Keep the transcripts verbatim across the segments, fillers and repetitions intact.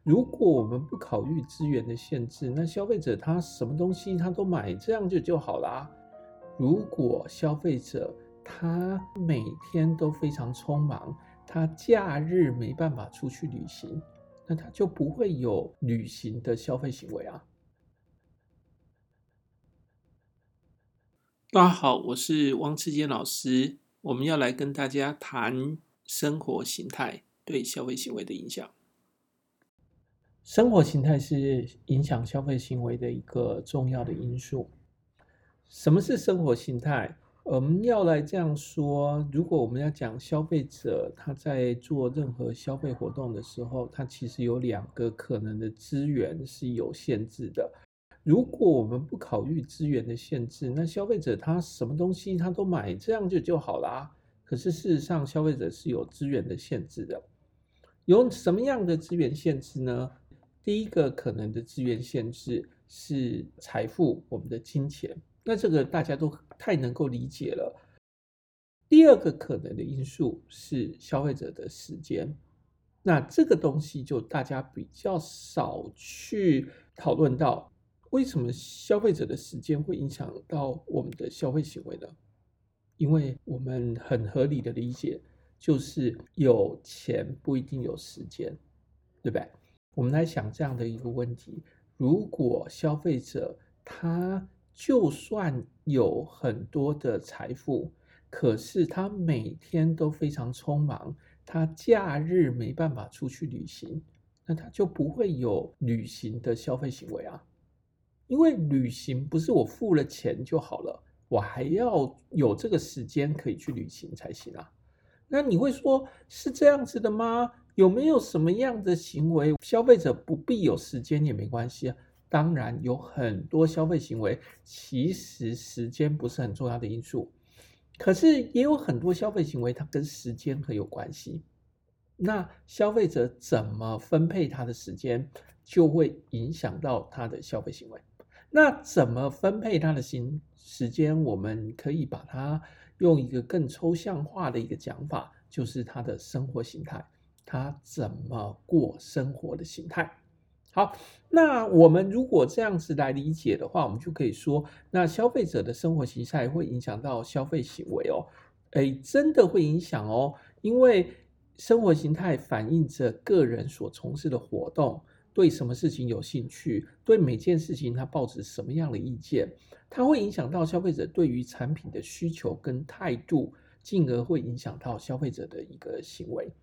如果我们不考虑资源的限制，那消费者他什么东西他都买，这样就就好啦。如果消费者他每天都非常匆忙，他假日没办法出去旅行，那他就不会有旅行的消费行为啊。 大家好，我是汪志坚老师，我们要来跟大家谈生活形态对消费行为的影响。 生活形态是影响消费行为的一个重要的因素。什么是生活形态？我们要来这样说，如果我们要讲消费者他在做任何消费活动的时候，他其实有两个可能的资源是有限制的。如果我们不考虑资源的限制，那消费者他什么东西他都买，这样就就好啦。可是事实上，消费者是有资源的限制的。有什么样的资源限制呢？第一个可能的资源限制是财富，我们的金钱。那这个大家都太能够理解了。第二个可能的因素是消费者的时间。那这个东西就大家比较少去讨论到，为什么消费者的时间会影响到我们的消费行为呢？因为我们很合理的理解，就是有钱不一定有时间，对不对？我们来想这样的一个问题：如果消费者他就算有很多的财富，可是他每天都非常匆忙，他假日没办法出去旅行，那他就不会有旅行的消费行为啊。因为旅行不是我付了钱就好了，我还要有这个时间可以去旅行才行啊。那你会说是这样子的吗？有没有什么样的行为，消费者不必有时间也没关系啊？当然有很多消费行为，其实时间不是很重要的因素，可是也有很多消费行为它跟时间很有关系。那消费者怎么分配他的时间，就会影响到他的消费行为。那怎么分配他的时间，我们可以把它用一个更抽象化的一个讲法，就是他的生活形态，他怎么过生活的形态。好，那我们如果这样子来理解的话，我们就可以说，那消费者的生活形态会影响到消费行为哦。诶，真的会影响哦，因为生活形态反映着个人所从事的活动，对什么事情有兴趣，对每件事情他抱持什么样的意见，它会影响到消费者对于产品的需求跟态度，进而会影响到消费者的一个行为。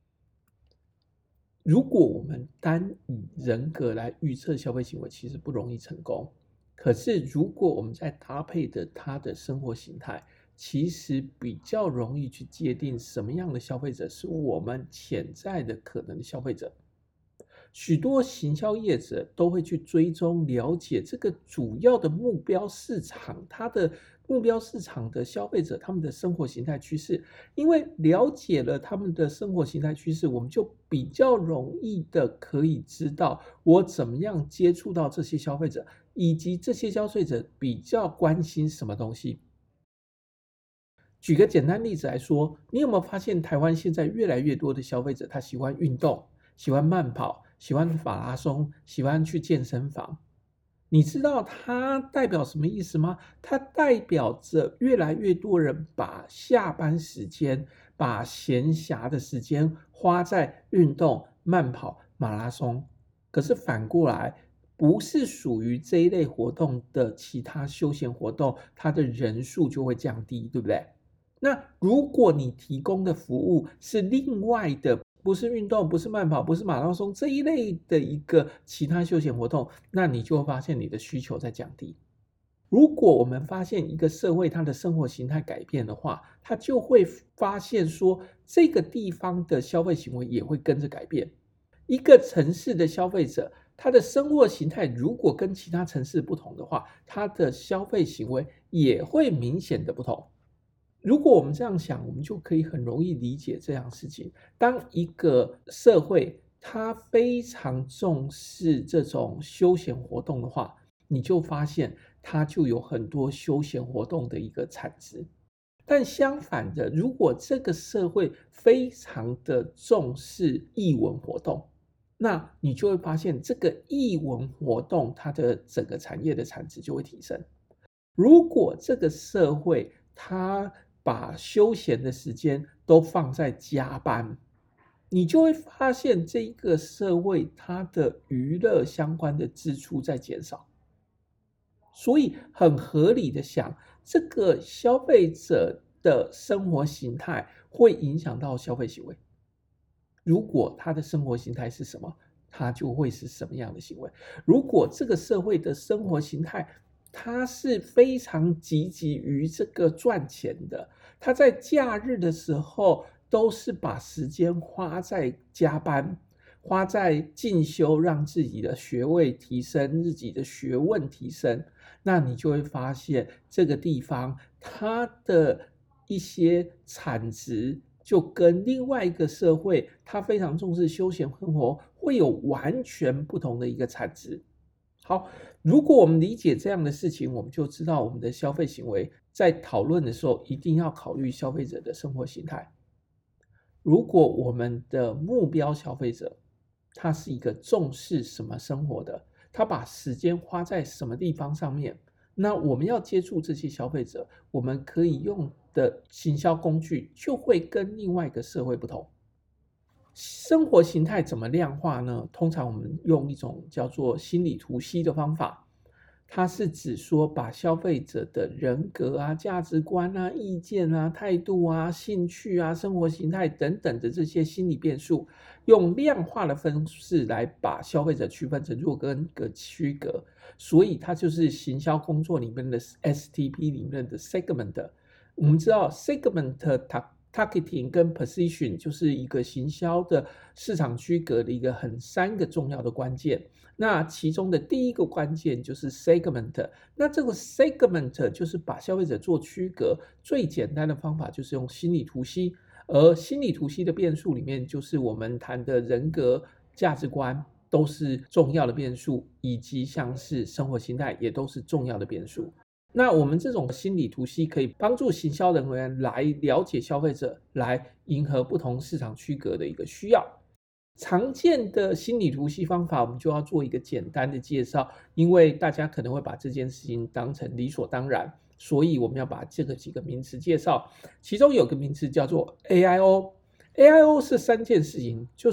如果我们单以人格来预测消费行为，其实不容易成功。可是如果我们再搭配的他的生活形态，其实比较容易去界定什么样的消费者是我们潜在的可能的消费者。许多行销业者都会去追踪了解这个主要的目标市场，它的目标市场的消费者他们的生活形态趋势。因为了解了他们的生活形态趋势，我们就比较容易的可以知道我怎么样接触到这些消费者，以及这些消费者比较关心什么东西。举个简单例子来说，你有没有发现台湾现在越来越多的消费者他喜欢运动，喜欢慢跑，喜欢马拉松，喜欢去健身房？你知道它代表什么意思吗？它代表着越来越多人把下班时间，把闲暇的时间花在运动、慢跑、马拉松。可是反过来，不是属于这一类活动的其他休闲活动，它的人数就会降低，对不对？那如果你提供的服务是另外的，不是运动，不是慢跑，不是马拉松这一类的一个其他休闲活动，那你就会发现你的需求在降低。如果我们发现一个社会它的生活形态改变的话，它就会发现说这个地方的消费行为也会跟着改变。一个城市的消费者，他的生活形态如果跟其他城市不同的话，他的消费行为也会明显的不同。如果我们这样想，我们就可以很容易理解这样的事情。当一个社会它非常重视这种休闲活动的话，你就发现它就有很多休闲活动的一个产值。但相反的，如果这个社会非常的重视艺文活动， 那你就会发现这个艺文活动它的整个产业的产值就会提升。如果这个社会它把休闲的时间都放在加班，你就会发现这个社会它的娱乐相关的支出在减少。所以很合理的想，这个消费者的生活形态会影响到消费行为。如果他的生活形态是什么，他就会是什么样的行为。如果这个社会的生活形态，它是非常积极于这个赚钱的，他在假日的时候都是把时间花在加班，花在进修，让自己的学位提升，自己的学问提升，那你就会发现这个地方它的一些产值就跟另外一个社会它非常重视休闲生活会有完全不同的一个产值。好，如果我们理解这样的事情，我们就知道我们的消费行为在讨论的时候一定要考虑消费者的生活形态。如果我们的目标消费者他是一个重视什么生活的，他把时间花在什么地方上面，那我们要接触这些消费者，我们可以用的行销工具就会跟另外一个社会不同。生活形态怎么量化呢？通常我们用一种叫做心理图析的方法，它是指说把消费者的人格啊、价值观啊、意见啊、态度啊、兴趣啊、生活形态等等的这些心理变数，用量化的方式来把消费者区分成若干个区隔，所以它就是行销工作里面的 S T P 里面的 segment。我们知道 segment targeting 跟 position 就是一个行销的市场区隔的一个很三个重要的关键。那其中的第一个关键就是 segment， 那这个 segment 就是把消费者做区隔，最简单的方法就是用心理图析，而心理图析的变数里面就是我们谈的人格、价值观都是重要的变数，以及像是生活形态也都是重要的变数。那我们这种心理图析可以帮助行销人员来了解消费者，来迎合不同市场区隔的一个需要。常见的心理图析方法，我们就要做一个简单的介绍，因为大家可能会把这件事情当成理所当然，所以我们要把这个几个名词介绍。其中有个名词叫做 A I O。A I O 是三件事情，就是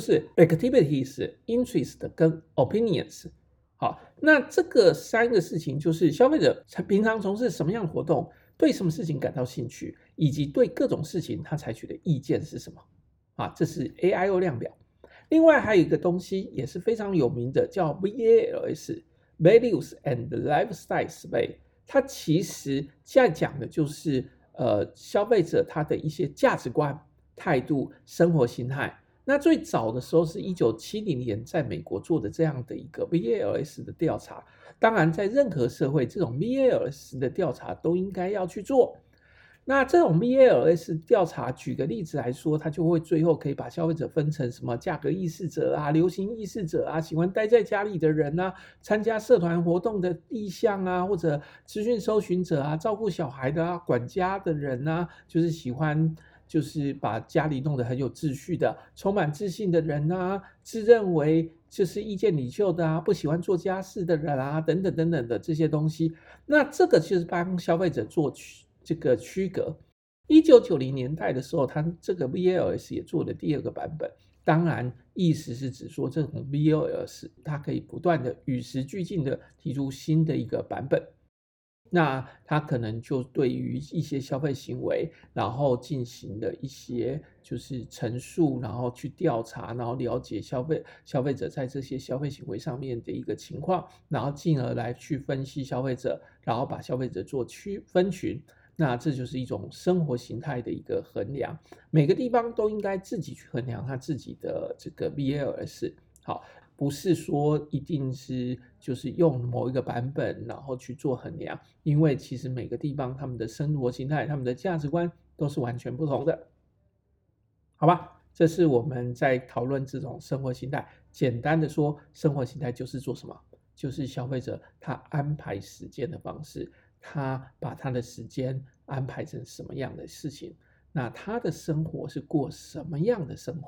Activities、Interest 跟 Opinions。好，那这个三个事情就是消费者平常从事什么样的活动，对什么事情感到兴趣，以及对各种事情他采取的意见是什么啊？这是 A I O 量表。另外还有一个东西也是非常有名的，叫 V A L S（Values and Lifestyle Survey）。它其实在讲的就是呃消费者他的一些价值观、态度、生活形态。那最早的时候是一九七零年在美国做的这样的一个 V A L S 的调查。当然在任何社会这种 V A L S 的调查都应该要去做。那这种 V A L S 调查举个例子来说，它就会最后可以把消费者分成什么价格意识者啊、流行意识者啊、喜欢待在家里的人啊、参加社团活动的意向啊，或者资讯搜寻者啊、照顾小孩的啊、管家的人啊，就是喜欢就是把家里弄得很有秩序的、充满自信的人啊，自认为就是意见领袖的啊，不喜欢做家事的人啊，等等等等的这些东西。那这个就是帮消费者做这个区隔。一九九零年代的时候，他这个 V A L S 也做了第二个版本。当然，意思是指说这种 V A L S 它可以不断的与时俱进的提出新的一个版本。那它可能就对于一些消费行为，然后进行了一些就是陈述，然后去调查，然后了解消费消费者在这些消费行为上面的一个情况，然后进而来去分析消费者，然后把消费者做区分群。那这就是一种生活形态的一个衡量，每个地方都应该自己去衡量他自己的这个 V A L S。 好，不是说一定是就是用某一个版本然后去做衡量，因为其实每个地方他们的生活形态、他们的价值观都是完全不同的。好吧，这是我们在讨论这种生活形态。简单的说，生活形态就是做什么，就是消费者他安排时间的方式，他把他的时间安排成什么样的事情，那他的生活是过什么样的生活，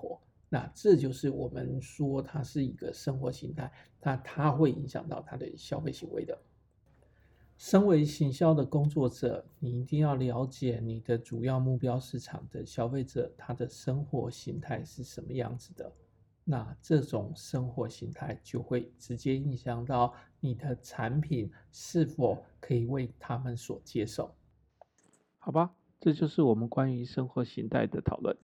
那这就是我们说它是一个生活形态，那它会影响到他的消费行为的。身为行销的工作者，你一定要了解你的主要目标市场的消费者，他的生活形态是什么样子的。那这种生活形态就会直接影响到你的产品是否可以为他们所接受。好吧，这就是我们关于生活形态的讨论。